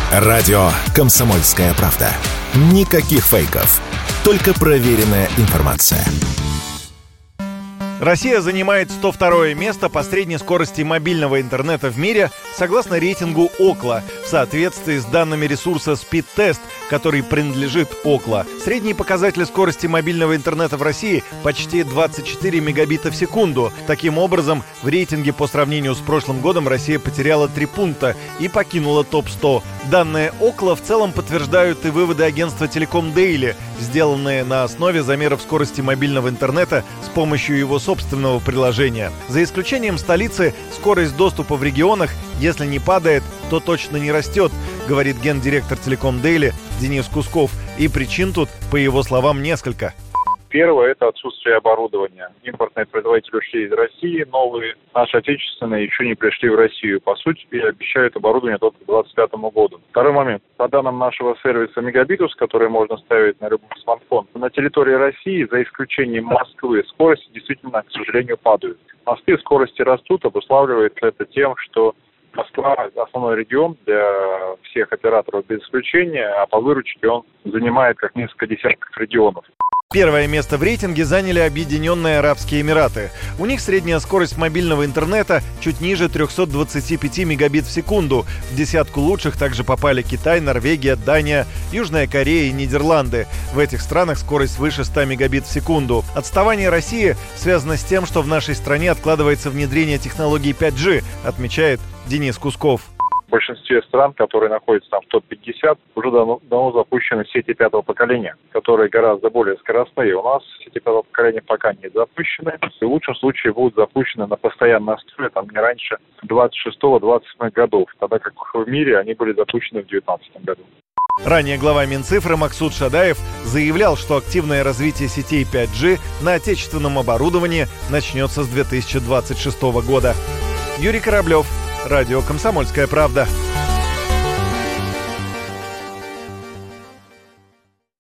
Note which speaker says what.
Speaker 1: Радио «Комсомольская правда». Никаких фейков. Только проверенная информация.
Speaker 2: Россия занимает 102-е место по средней скорости мобильного интернета в мире согласно рейтингу Ookla в соответствии с данными ресурса Speedtest, который принадлежит Ookla. Средний показатель скорости мобильного интернета в России почти 24 мегабита в секунду. Таким образом, в рейтинге по сравнению с прошлым годом Россия потеряла 3 пункта и покинула топ-100. Данные Ookla в целом подтверждают и выводы агентства Telecom Daily, сделанные на основе замеров скорости мобильного интернета с помощью его собственного приложения. За исключением столицы, скорость доступа в регионах, если не падает, то точно не растет, говорит гендиректор Telecom Daily Денис Кусков. И причин тут, по его словам, несколько.
Speaker 3: Первое – это отсутствие оборудования. Импортные производители ушли из России, новые, наши отечественные, еще не пришли в Россию. По сути, обещают оборудование только к 2025 году. Второй момент. По данным нашего сервиса Мегабитус, который можно ставить на любой смартфон, на территории России, за исключением Москвы, скорости действительно, к сожалению, падают. В Москве скорости растут, обуславливает это тем, что Москва – основной регион для всех операторов без исключения, а по выручке он занимает как несколько десятков регионов.
Speaker 2: Первое место в рейтинге заняли Объединенные Арабские Эмираты. У них средняя скорость мобильного интернета чуть ниже 325 мегабит в секунду. В десятку лучших также попали Китай, Норвегия, Дания, Южная Корея и Нидерланды. В этих странах скорость выше 100 мегабит в секунду. Отставание России связано с тем, что в нашей стране откладывается внедрение технологий 5G, отмечает Денис Кусков.
Speaker 3: В большинстве стран, которые находятся там в топ-50, уже давно запущены сети пятого поколения, которые гораздо более скоростные. У нас сети пятого поколения пока не запущены. И в лучшем случае будут запущены на постоянной основе не раньше 26-27 годов, тогда как в мире они были запущены в 2019 году.
Speaker 2: Ранее глава Минцифры Максут Шадаев заявлял, что активное развитие сетей 5G на отечественном оборудовании начнется с 2026 года. Юрий Кораблев, Радио «Комсомольская правда».